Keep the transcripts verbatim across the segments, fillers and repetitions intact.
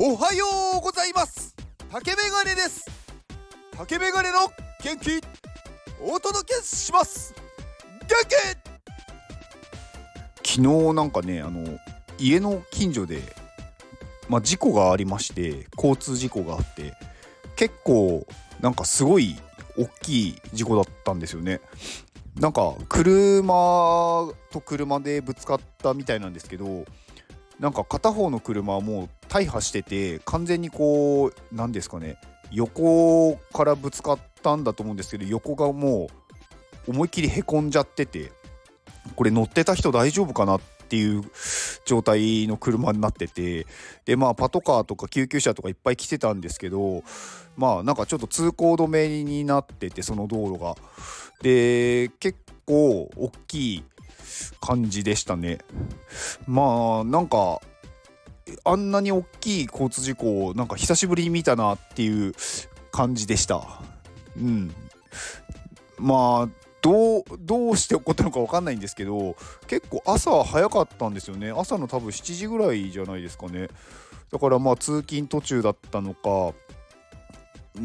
おはようございます。竹メガネです。竹メガネの元気お届けします。元気。昨日なんかね、あの家の近所で、まあ、事故がありまして、交通事故があって、結構なんかすごい大きい事故だったんですよね。なんか車と車でぶつかったみたいなんですけど、なんか片方の車はもう大破してて、完全にこうなんですかね、横からぶつかったんだと思うんですけど、横がもう思いっきりへこんじゃってて、これ乗ってた人大丈夫かなっていう状態の車になってて、でまあパトカーとか救急車とかいっぱい来てたんですけど、まあなんかちょっと通行止めになってて、その道路がで結構大きい感じでしたね。まあなんかあんなに大きい交通事故をなんか久しぶりに見たなっていう感じでした。うん。まあどうどうして起こったのか分かんないんですけど、結構朝早かったんですよね。朝の多分しちじぐらいじゃないですかね。だからまあ通勤途中だったのか、うん、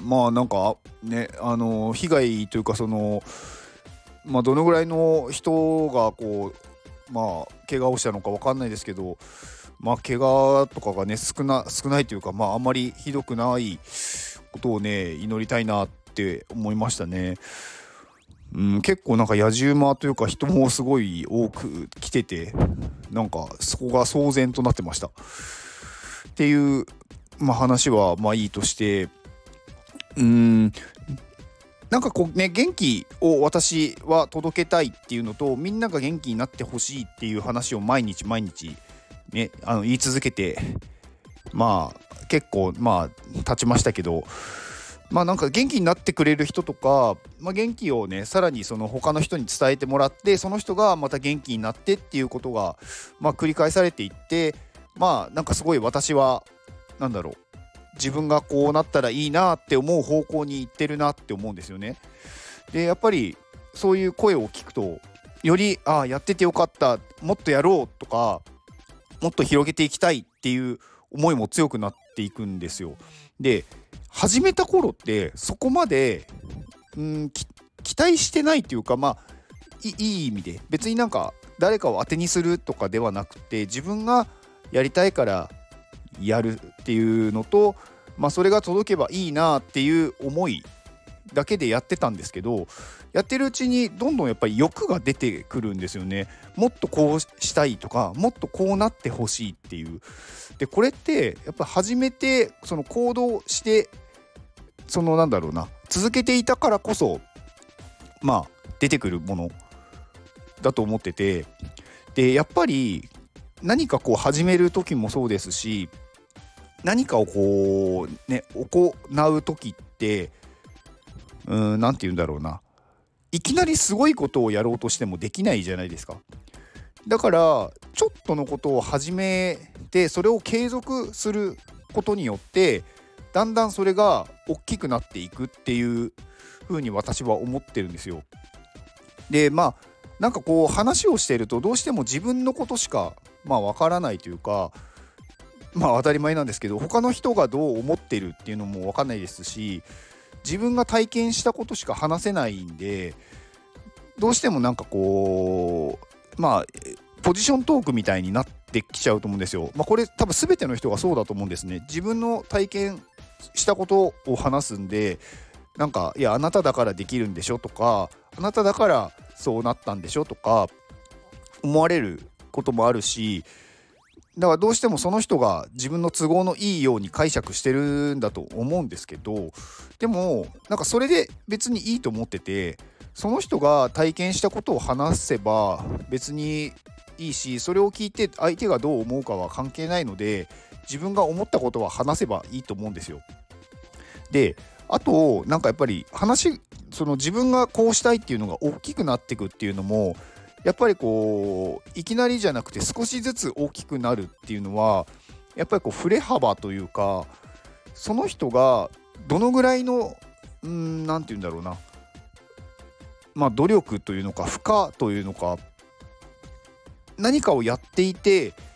まあなんかね、あの被害というか、そのまあどのぐらいの人がこうまあ怪我をしたのか分かんないですけど、まあ怪我とかがね少な少ないというか、まああんまりひどくないことをね祈りたいなって思いましたね。うん、結構なんか野じ馬というか人もすごい多く来てて、なんかそこが騒然となってましたっていう、まあ、話はまあいいとして、うーんなんかこうね、元気を私は届けたいっていうのと、みんなが元気になってほしいっていう話を毎日毎日ね、あの言い続けて、まあ結構まあ経ちましたけど、まあなんか元気になってくれる人とか、まあ、元気をねさらにその他の人に伝えてもらって、その人がまた元気になってっていうことがまあ繰り返されていって、まあなんかすごい私はなんだろう、自分がこうなったらいいなって思う方向に行ってるなって思うんですよね。でやっぱりそういう声を聞くと、よりああやっててよかった、もっとやろうとか、もっと広げていきたいっていう思いも強くなっていくんですよ。で始めた頃ってそこまでうん期待してないというか、まあいいい意味で別になんか誰かを当てにするとかではなくて、自分がやりたいからやるっていうのと、まあそれが届けばいいなっていう思いだけでやってたんですけど、やってるうちにどんどんやっぱり欲が出てくるんですよね。もっとこうしたいとか、もっとこうなってほしいっていう。でこれってやっぱ始めてその行動して、そのなんだろうな、続けていたからこそまあ出てくるものだと思ってて、でやっぱり何かこう始める時もそうですし、何かをこうね行う時って、うーんなんて言うんだろうな、いきなりすごいことをやろうとしてもできないじゃないですか。だからちょっとのことを始めて、それを継続することによってだんだんそれが大きくなっていくっていう風に私は思ってるんですよ。でまあなんかこう話をしていると、どうしても自分のことしかまあわからないというか、まあ当たり前なんですけど、他の人がどう思ってるっていうのもわかんないですし、自分が体験したことしか話せないんで、どうしてもなんかこうまあポジショントークみたいになってきちゃうと思うんですよ。まあこれ多分全ての人がそうだと思うんですね。自分の体験したことを話すんで、なんかいやあなただからできるんでしょとか、あなただからそうなったんでしょとか思われることもあるし、だからどうしてもその人が自分の都合のいいように解釈してるんだと思うんですけど、でもなんかそれで別にいいと思ってて、その人が体験したことを話せば別にいいし、それを聞いて相手がどう思うかは関係ないので、自分が思ったことは話せばいいと思うんですよ。であとなんかやっぱり話、その自分がこうしたいっていうのが大きくなっていくっていうのも、やっぱりこういきなりじゃなくて少しずつ大きくなるっていうのは、やっぱりこう振れ幅というか、その人がどのぐらいのうーんなんて言うんだろうな、まあ努力というのか負荷というのか、何かをやっていて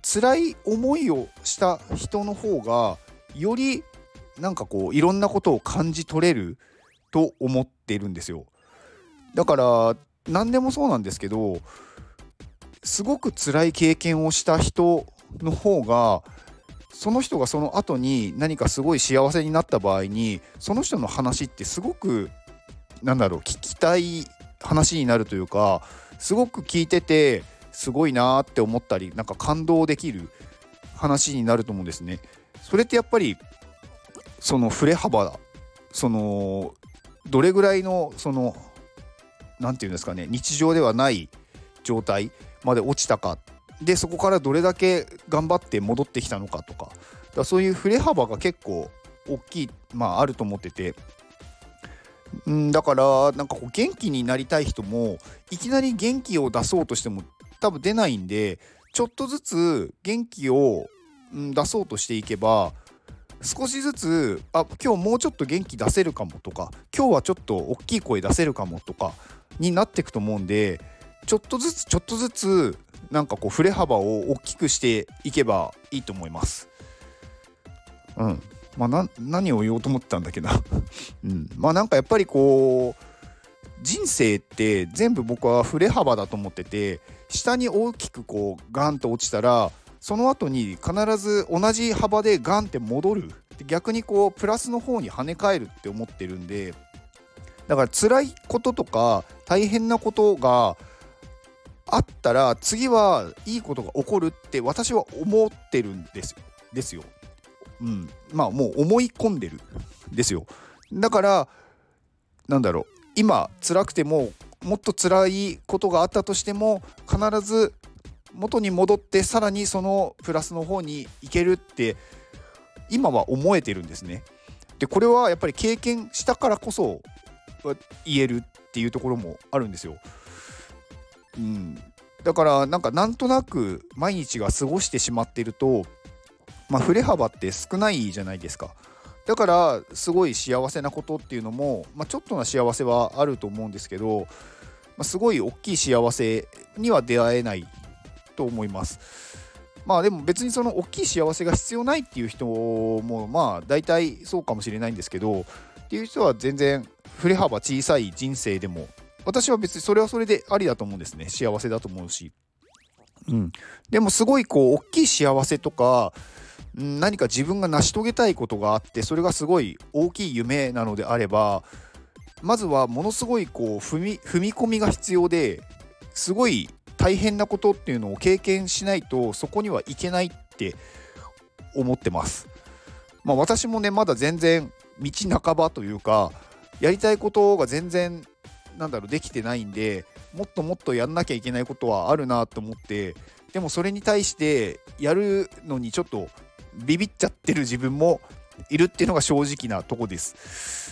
辛い思いをした人の方がよりなんかこういろんなことを感じ取れると思ってるんですよ。だから何でもそうなんですけど、すごく辛い経験をした人の方が、その人がその後に何かすごい幸せになった場合に、その人の話ってすごくなんだろう聞きたい話になるというか、すごく聞いててすごいなって思ったり、なんか感動できる話になると思うんですね。それってやっぱりその振れ幅、そのどれぐらいのそのなんていうんですかね、日常ではない状態まで落ちたかで、そこからどれだけ頑張って戻ってきたのかとか、だからそういう振れ幅が結構大きい、まああると思ってて、んだからなんかこう元気になりたい人もいきなり元気を出そうとしても多分出ないんで、ちょっとずつ元気を出そうとしていけば、少しずつあ今日もうちょっと元気出せるかもとか、今日はちょっと大きい声出せるかもとかになっていくと思うんで、ちょっとずつちょっとずつなんかこう振れ幅を大きくしていけばいいと思います。うん。まあな何を言おうと思ってたんだっけな。うん。まあなんかやっぱりこう人生って全部僕は振れ幅だと思ってて、下に大きくこうガンと落ちたら、その後に必ず同じ幅でガンって戻る、逆にこうプラスの方に跳ね返るって思ってるんで、だから辛いこととか大変なことがあったら次はいいことが起こるって私は思ってるんですよ。ですよ。うん、まあもう思い込んでるですよ。だからなんだろう、今辛くてももっと辛いことがあったとしても必ず元に戻ってさらにそのプラスの方に行けるって今は思えてるんですね。でこれはやっぱり経験したからこそ言えるっていうところもあるんですよ。うん、だからなんかなんとなく毎日が過ごしてしまっていると、まあ振れ幅って少ないじゃないですか。だからすごい幸せなことっていうのも、まあ、ちょっとな幸せはあると思うんですけど、まあ、すごい大きい幸せには出会えないと思います。まあでも別にその大きい幸せが必要ないっていう人もまあ大体そうかもしれないんですけど、っていう人は全然振れ幅小さい人生でも私は別にそれはそれでありだと思うんですね。幸せだと思うし、うん、でもすごいこう大きい幸せとか何か自分が成し遂げたいことがあって、それがすごい大きい夢なのであれば、まずはものすごいこう踏み、踏み込みが必要で、すごい大変なことっていうのを経験しないとそこにはいけないって思ってます。まあ私もねまだ全然道半ばというか、やりたいことが全然なんだろうできてないんで、もっともっとやんなきゃいけないことはあるなと思って、でもそれに対してやるのにちょっとビビっちゃってる自分もいるっていうのが正直なとこです。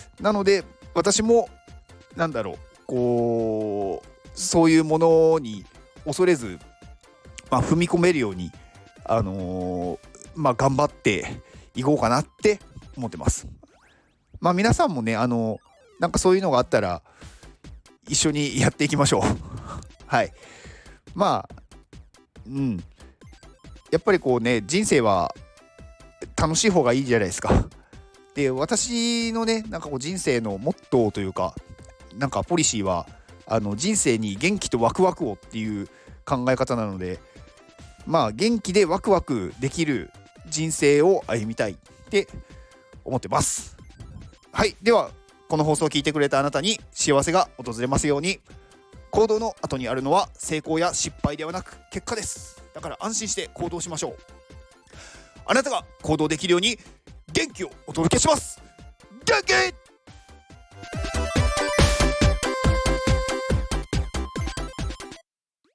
なので私もなんだろうこうそういうものに恐れず、まあ、踏み込めるようにあのー、まあ頑張っていこうかなって思ってます。まあ皆さんもねあのー、なんかそういうのがあったら一緒にやっていきましょう。はい。まあうんやっぱりこうね人生は楽しい方がいいじゃないですか。で私のねなんかこう人生のモットーというかなんかポリシーはあの人生に元気とワクワクをっていう考え方なので、まあ元気でワクワクできる人生を歩みたいって思ってます。はい、ではこの放送を聞いてくれたあなたに幸せが訪れますように。行動の後にあるのは成功や失敗ではなく結果です。だから安心して行動しましょう。あなたが行動できるように元気をお届けします。元気